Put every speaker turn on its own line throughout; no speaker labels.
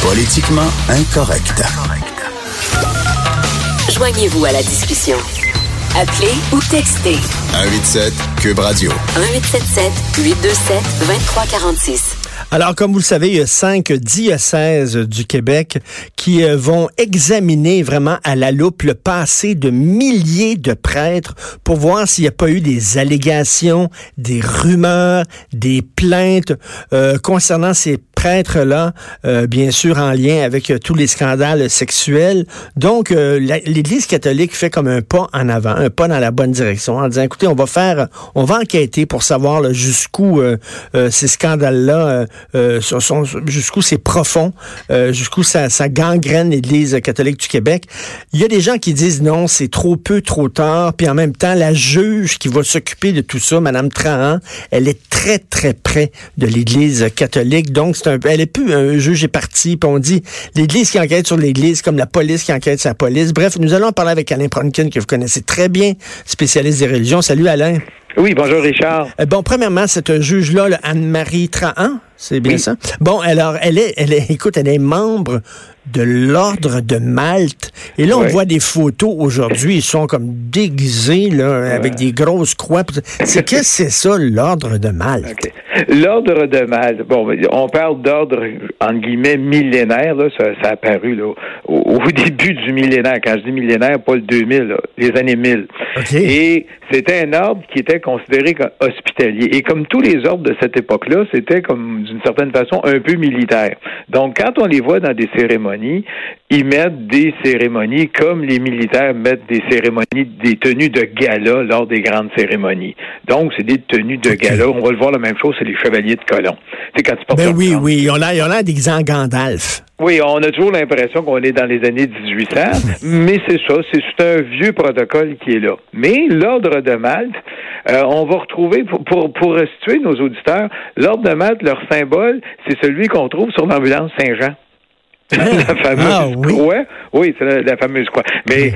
Politiquement incorrect.
Joignez-vous à la discussion. Appelez ou textez.
187 Cube Radio.
1877-827-2346.
Alors, comme vous le savez, il y a 5 diocèses du Québec qui vont examiner vraiment à la loupe le passé de milliers de prêtres pour voir s'il n'y a pas eu des allégations, des rumeurs, des plaintes concernant ces prêtres-là, bien sûr en lien avec tous les scandales sexuels. Donc, l'Église catholique fait comme un pas en avant, un pas dans la bonne direction, en disant, écoutez, on va enquêter pour savoir là, jusqu'où ces scandales-là jusqu'où c'est profond, jusqu'où ça gangrène l'Église catholique du Québec. Il y a des gens qui disent non, c'est trop peu, trop tard, puis en même temps, la juge qui va s'occuper de tout ça, Mme Trahan, elle est très, très près de l'Église catholique, donc elle est plus un juge et parti, puis on dit l'Église qui enquête sur l'Église comme la police qui enquête sur la police. Bref, nous allons en parler avec Alain Pronkin, que vous connaissez très bien, spécialiste des religions. Salut Alain.
Oui, bonjour Richard.
Bon, premièrement, cette juge-là, Anne-Marie Trahan, c'est bien ça? Bon, alors, elle est membre de l'Ordre de Malte. Et là, on voit des photos aujourd'hui, ils sont comme déguisés, là, avec des grosses croix. Qu'est-ce que c'est ça, l'Ordre de Malte?
Okay. L'Ordre de Malte, bon, on parle d'ordre, entre guillemets, millénaire, là, ça a apparu là, au début du millénaire. Quand je dis millénaire, pas le 2000, là, les années 1000. Okay. Et c'était un ordre qui était considéré comme hospitalier. Et comme tous les ordres de cette époque-là, c'était comme, d'une certaine façon, un peu militaire. Donc, quand on les voit dans des cérémonies, ils mettent des cérémonies comme les militaires mettent des cérémonies, des tenues de gala lors des grandes cérémonies. Donc, c'est des tenues de gala. On va le voir la même chose, c'est les chevaliers de colon. C'est quand tu portes
oui, ils ont l'air déguisés en Gandalf.
Oui, on a toujours l'impression qu'on est dans les années 1800, mais c'est ça, c'est un vieux protocole qui est là. Mais l'Ordre de Malte, on va retrouver, pour situer nos auditeurs, l'Ordre de Malte, leur symbole, c'est celui qu'on trouve sur l'ambulance Saint-Jean. La fameuse croix. Oui, c'est la fameuse croix. Mais,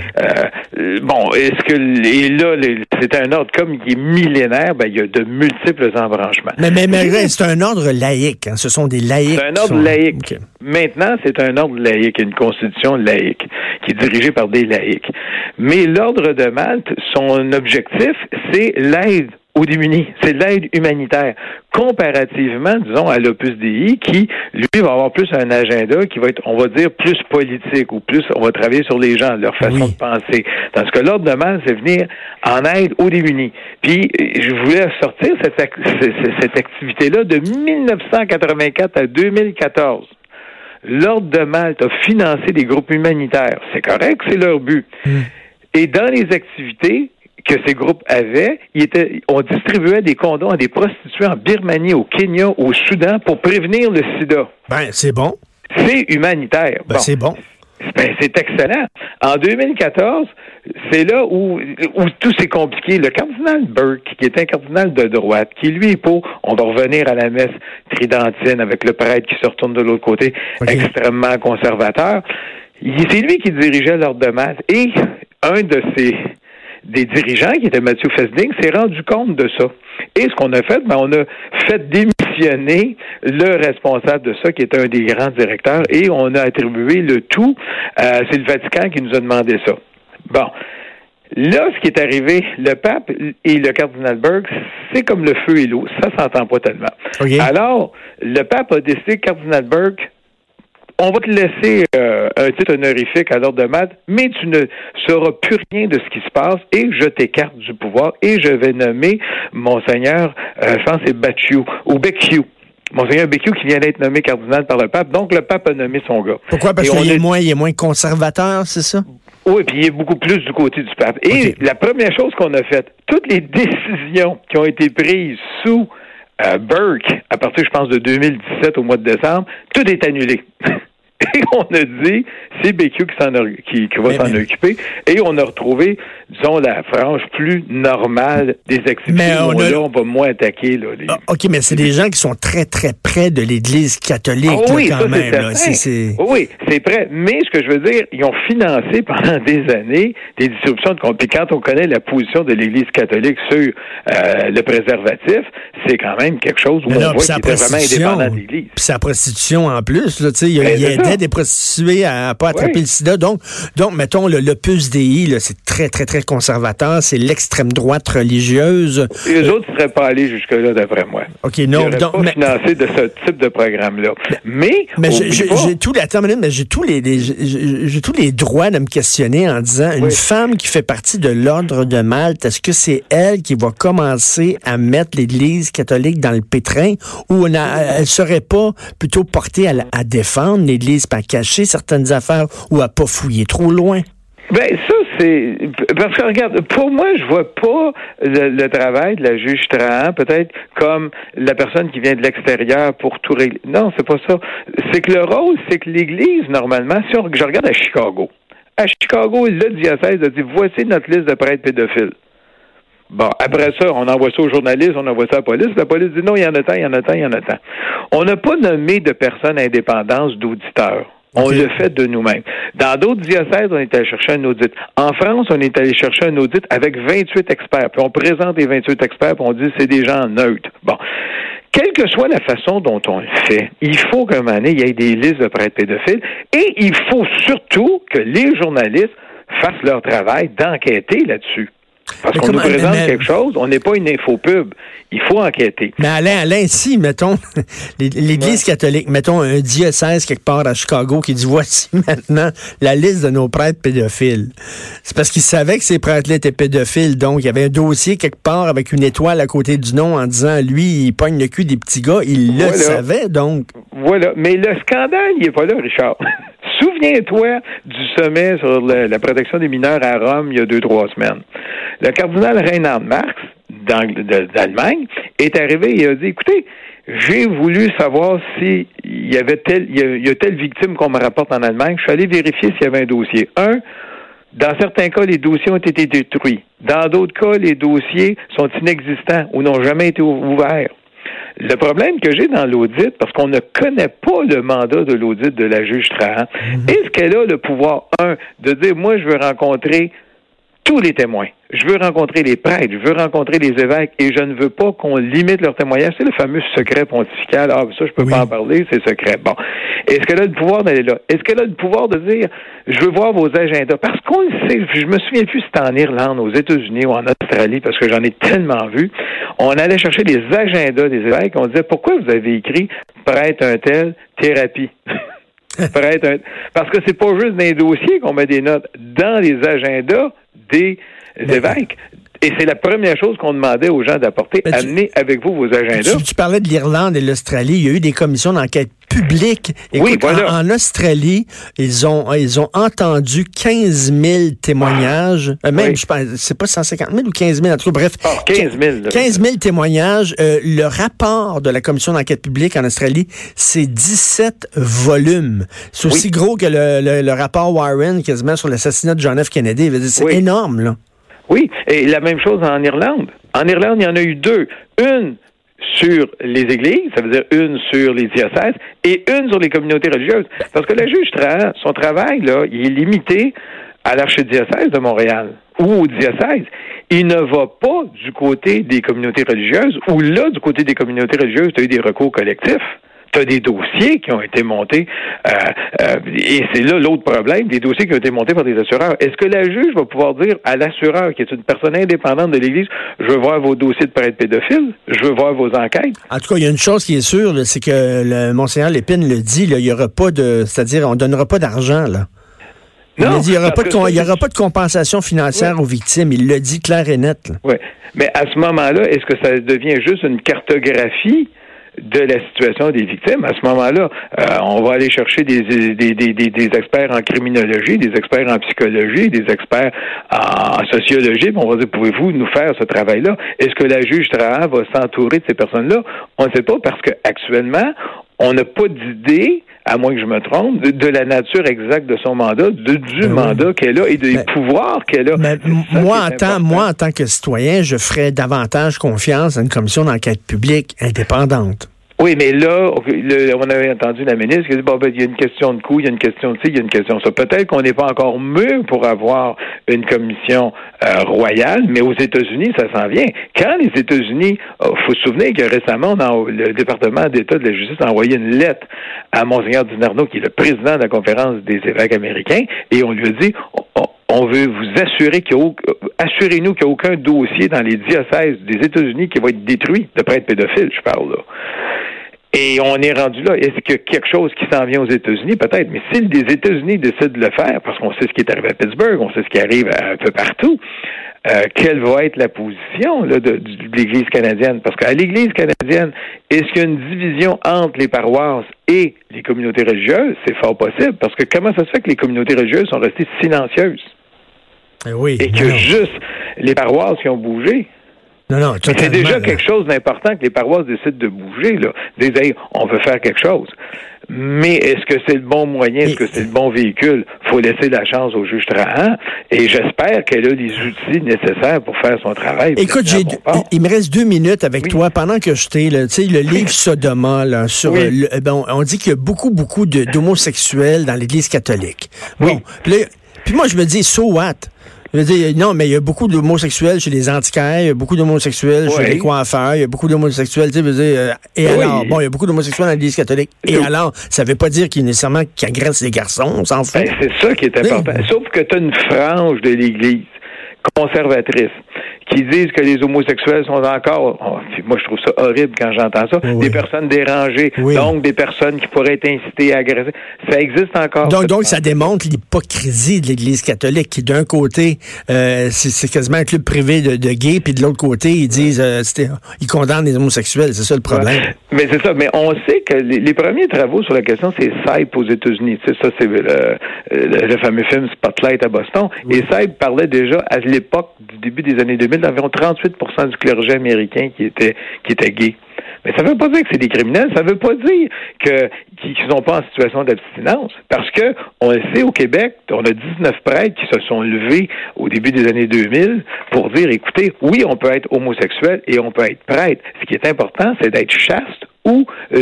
bon, est-ce que, et là, c'est un ordre comme qui est millénaire, ben, il y a de multiples embranchements.
Mais c'est un ordre laïque, hein. Ce sont des laïcs.
C'est un ordre laïque. Okay. Maintenant, c'est un ordre laïque, une constitution laïque, qui est dirigée par des laïcs. Mais l'Ordre de Malte, son objectif, c'est l'aide aux démunis. C'est l'aide humanitaire. Comparativement, disons, à l'Opus Dei, qui, lui, va avoir plus un agenda qui va être, on va dire, plus politique, ou plus, on va travailler sur les gens, leur façon de penser. Tandis que l'Ordre de Malte, c'est venir en aide aux démunis. Puis, je voulais sortir cette activité-là de 1984 à 2014. L'Ordre de Malte a financé des groupes humanitaires. C'est correct, c'est leur but. Et dans les activités que ces groupes avaient, on distribuait des condoms à des prostituées en Birmanie, au Kenya, au Soudan pour prévenir le sida.
Ben, c'est bon.
C'est humanitaire.
Ben, c'est bon.
Ben, c'est excellent. En 2014, c'est là où tout s'est compliqué. Le cardinal Burke, qui est un cardinal de droite, qui lui est pour, on va revenir à la messe tridentine avec le prêtre qui se retourne de l'autre côté, extrêmement conservateur. C'est lui qui dirigeait l'Ordre de Malte. Et un des dirigeants, qui était Mathieu Fesding, s'est rendu compte de ça. Et ce qu'on a fait, on a fait démissionner le responsable de ça, qui est un des grands directeurs, et on a attribué le tout, c'est le Vatican qui nous a demandé ça. Bon. Là, ce qui est arrivé, le pape et le cardinal Burke, c'est comme le feu et l'eau. Ça s'entend pas tellement. Okay. Alors, le pape a décidé, cardinal Burke, on va te laisser un titre honorifique à l'Ordre de Malte, mais tu ne sauras plus rien de ce qui se passe et je t'écarte du pouvoir et je vais nommer Monseigneur, je pense que c'est Becciu, ou Becciu. Monseigneur Becciu qui vient d'être nommé cardinal par le pape. Donc, le pape a nommé son gars.
Pourquoi? Parce qu'il est moins conservateur, c'est ça?
Oui, puis il est beaucoup plus du côté du pape. Et la première chose qu'on a faite, toutes les décisions qui ont été prises sous Burke, à partir, je pense, de 2017 au mois de décembre, tout est annulé. Et on a dit, c'est Becciu qui va s'en occuper. Et on a retrouvé disons, la frange plus normale des exceptions. Là, on va moins attaquer. Là,
OK, mais c'est des gens qui sont très, très près de l'Église catholique,
oui,
quand
ça,
même. Là.
Oui, c'est prêt. Mais ce que je veux dire, ils ont financé pendant des années des distributions de comptes. Puis quand on connaît la position de l'Église catholique sur le préservatif, c'est quand même quelque chose où on voit qu'il était vraiment indépendant de l'Église.
Puis sa prostitution en plus, là, il aidait des prostituées à pas attraper le sida. Donc, mettons, l'Opus Dei, là, c'est très, très, très conservateur. C'est l'extrême droite religieuse.
Et eux autres ne seraient pas allés jusque-là, d'après moi.
OK, non.
Ils n'auraient pas financé de ce type de programme-là. Mais
j'ai tous les droits de me questionner en disant, une femme qui fait partie de l'Ordre de Malte, est-ce que c'est elle qui va commencer à mettre l'Église catholique dans le pétrin, ou elle serait pas plutôt portée à défendre l'Église, pas à cacher certaines affaires ou à pas fouiller trop loin?
Ben ça, c'est... Parce que, regarde, pour moi, je vois pas le travail de la juge Trahan, peut-être comme la personne qui vient de l'extérieur pour tout régler. Non, c'est pas ça. C'est que le rôle, c'est que l'Église, normalement, si je regarde à Chicago, le diocèse a dit, voici notre liste de prêtres pédophiles. Bon, après ça, on envoie ça aux journalistes, on envoie ça à la police. La police dit non, il y en a tant. On n'a pas nommé de personnes indépendantes d'auditeurs. On le fait de nous-mêmes. Dans d'autres diocèses, on est allé chercher un audit. En France, on est allé chercher un audit avec 28 experts. Puis on présente les 28 experts, puis on dit c'est des gens neutres. Bon. Quelle que soit la façon dont on le fait, il faut qu'à un moment donné, il y ait des listes de prêtres pédophiles et il faut surtout que les journalistes fassent leur travail d'enquêter là-dessus. Parce qu'on nous présente quelque chose, on n'est pas une infopub. Il faut enquêter.
Mais Alain, si, mettons, l'Église catholique, mettons un diocèse quelque part à Chicago qui dit, voici maintenant la liste de nos prêtres pédophiles. C'est parce qu'ils savaient que ces prêtres-là étaient pédophiles. Donc, il y avait un dossier quelque part avec une étoile à côté du nom en disant, lui, il pogne le cul des petits gars. Il le savait, donc.
Voilà. Mais le scandale, il n'est pas là, Richard. Souviens-toi du sommet sur la protection des mineurs à Rome il y a 2-3 semaines. Le cardinal Reinhard Marx, d'Allemagne, est arrivé et a dit, écoutez, j'ai voulu savoir s'il y avait telle victime qu'on me rapporte en Allemagne. Je suis allé vérifier s'il y avait un dossier. Dans certains cas, les dossiers ont été détruits. Dans d'autres cas, les dossiers sont inexistants ou n'ont jamais été ouverts. Le problème que j'ai dans l'audit, parce qu'on ne connaît pas le mandat de l'audit de la juge Trahan, est-ce qu'elle a le pouvoir, de dire, moi, je veux rencontrer tous les témoins. Je veux rencontrer les prêtres, je veux rencontrer les évêques et je ne veux pas qu'on limite leur témoignage. C'est le fameux secret pontifical. Ah, ça, je peux pas en parler, c'est secret. Bon. Est-ce qu'elle a le pouvoir d'aller là? Est-ce qu'elle a le pouvoir de dire, je veux voir vos agendas? Parce qu'on le sait, je me souviens plus si c'était en Irlande, aux États-Unis ou en Australie, parce que j'en ai tellement vu. On allait chercher les agendas des évêques. On disait, pourquoi vous avez écrit prêtre un tel, thérapie? Parce que c'est pas juste dans les dossiers qu'on met des notes, dans les agendas des évêques. Et c'est la première chose qu'on demandait aux gens d'apporter. Amenez avec vous vos agendas.
Tu parlais de l'Irlande et l'Australie. Il y a eu des commissions d'enquête publique. Écoute, en Australie, ils ont entendu 15 000 témoignages. Même, je pense, c'est pas 150 000 ou 15 000, en tout cas, bref.
15 000.
15 000 témoignages. Le rapport de la commission d'enquête publique en Australie, c'est 17 volumes. C'est aussi gros que le rapport Warren, quasiment, sur l'assassinat de John F. Kennedy. C'est énorme, là.
Oui, et la même chose en Irlande. En Irlande, il y en a eu 2. Une sur les églises, ça veut dire une sur les diocèses, et une sur les communautés religieuses. Parce que la juge Trahan, son travail, là, il est limité à l'archidiocèse de Montréal ou au diocèse. Il ne va pas du côté des communautés religieuses, ou là, du côté des communautés religieuses, tu as eu des recours collectifs. Tu as des dossiers qui ont été montés, et c'est là l'autre problème, des dossiers qui ont été montés par des assureurs. Est-ce que la juge va pouvoir dire à l'assureur, qui est une personne indépendante de l'Église, je veux voir vos dossiers de prêtres pédophiles, je veux voir vos enquêtes?
En tout cas, il y a une chose qui est sûre, là, c'est que le Monseigneur Lépine le dit, là, il y aura pas c'est-à-dire, on donnera pas d'argent, là. Il dit, il n'y aura pas de compensation financière aux victimes. Il le dit clair et net. Oui,
mais à ce moment-là, est-ce que ça devient juste une cartographie de la situation des victimes? À ce moment-là, on va aller chercher des experts en criminologie, des experts en psychologie, des experts en sociologie, puis on va dire, pouvez-vous nous faire ce travail-là? Est-ce que la juge Trahan va s'entourer de ces personnes-là? On ne sait pas, parce qu'actuellement, on n'a pas d'idée, à moins que je me trompe, de la nature exacte de son mandat, du mandat qu'elle a et des pouvoirs qu'elle a.
Moi, en tant que citoyen, je ferais davantage confiance à une commission d'enquête publique indépendante.
Oui, mais là, on avait entendu la ministre qui a dit, il y a une question de coût, il y a une question de ci, il y a une question de ça. Peut-être qu'on n'est pas encore mûr pour avoir une commission royale, mais aux États-Unis, ça s'en vient. Quand les États-Unis, faut se souvenir que récemment, le département d'État de la justice a envoyé une lettre à Monseigneur Dinarno, qui est le président de la conférence des évêques américains, et on lui a dit, on veut vous assurer assurez-nous qu'il n'y a aucun dossier dans les diocèses des États-Unis qui va être détruit de prêtres pédophiles, je parle là. Et on est rendu là. Est-ce qu'il y a quelque chose qui s'en vient aux États-Unis? Peut-être. Mais si les États-Unis décident de le faire, parce qu'on sait ce qui est arrivé à Pittsburgh, on sait ce qui arrive un peu partout, quelle va être la position là, de l'Église canadienne? Parce qu'à l'Église canadienne, est-ce qu'il y a une division entre les paroisses et les communautés religieuses? C'est fort possible. Parce que comment ça se fait que les communautés religieuses sont restées silencieuses? Et que juste les paroisses qui ont bougé?
Non,
c'est déjà quelque chose d'important que les paroisses décident de bouger, là. Disent, hey, on veut faire quelque chose. Mais est-ce que c'est le bon moyen? Est-ce que c'est le bon véhicule? Faut laisser la chance au juge Trahan. Et j'espère qu'elle a les outils nécessaires pour faire son travail.
Écoute, il me reste 2 minutes avec toi. Pendant que je t'ai, tu sais, le livre Sodoma, là, sur, on dit qu'il y a beaucoup d'homosexuels dans l'Église catholique. Bon. Puis moi, je me dis, so what? Je veux dire, non, mais il y a beaucoup d'homosexuels chez les antiquaires, il y a beaucoup d'homosexuels chez les coiffeurs, il y a beaucoup d'homosexuels, tu sais, alors, il y a beaucoup d'homosexuels dans l'Église catholique. Et alors, ça veut pas dire qu'il nécessairement qu'ils agressent les garçons, on s'en fout.
C'est ça qui est important. Sauf que tu as une frange de l'Église conservatrice qui disent que les homosexuels sont encore, moi je trouve ça horrible quand j'entends ça, des personnes dérangées, donc des personnes qui pourraient être incitées à agresser. Ça existe encore.
Donc ça démontre l'hypocrisie de l'Église catholique qui, d'un côté, c'est quasiment un club privé de gays, puis de l'autre côté, ils disent, ils condamnent les homosexuels, c'est ça le problème.
Mais c'est ça, mais on sait que les premiers travaux sur la question, c'est Seib aux États-Unis. Tu sais, ça, c'est le fameux film Spotlight à Boston. Et Seib parlait déjà à l'époque du début des années 2000 d'environ 38% du clergé américain qui était gay. Mais ça ne veut pas dire que c'est des criminels, ça ne veut pas dire qu'ils ne sont pas en situation d'abstinence. Parce que, on le sait, au Québec, on a 19 prêtres qui se sont levés au début des années 2000 pour dire, écoutez, oui, on peut être homosexuel et on peut être prêtre. Ce qui est important, c'est d'être chaste ou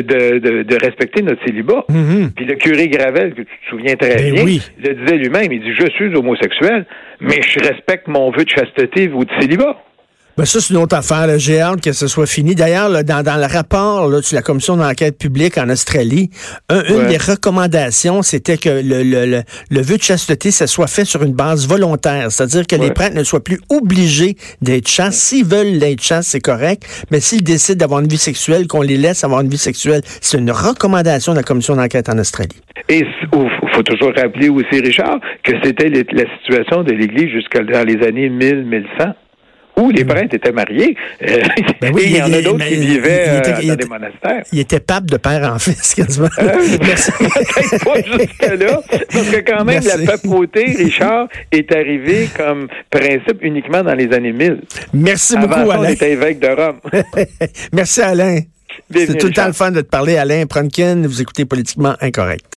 de respecter notre célibat. Puis le curé Gravel, que tu te souviens très bien, le disait lui-même, il dit, je suis homosexuel, mais je respecte mon vœu de chasteté ou de célibat.
Ben ça, c'est une autre affaire. Là. J'ai hâte que ce soit fini. D'ailleurs, là, dans le rapport là, sur la commission d'enquête publique en Australie, une des recommandations, c'était que le vœu de chasteté, ça soit fait sur une base volontaire. C'est-à-dire que les prêtres ne soient plus obligés d'être chastes. S'ils veulent être chastes, c'est correct. Mais s'ils décident d'avoir une vie sexuelle, qu'on les laisse avoir une vie sexuelle, c'est une recommandation de la commission d'enquête en Australie.
Et il faut toujours rappeler aussi, Richard, que c'était la situation de l'Église jusqu'à dans les années 1000-1100. Où les prêtres étaient mariés. Et il y en a d'autres qui vivaient dans des monastères.
Il était pape de père en fils, quasiment.
Merci. Peut-être pas jusque-là. Parce que quand même, la papauté, Richard, est arrivée comme principe uniquement dans les années 1000.
Merci beaucoup, Alain.
On était évêque de Rome.
Merci, Alain. C'est tout le temps le fun de te parler, Alain Pronkin. Vous écoutez Politiquement Incorrect.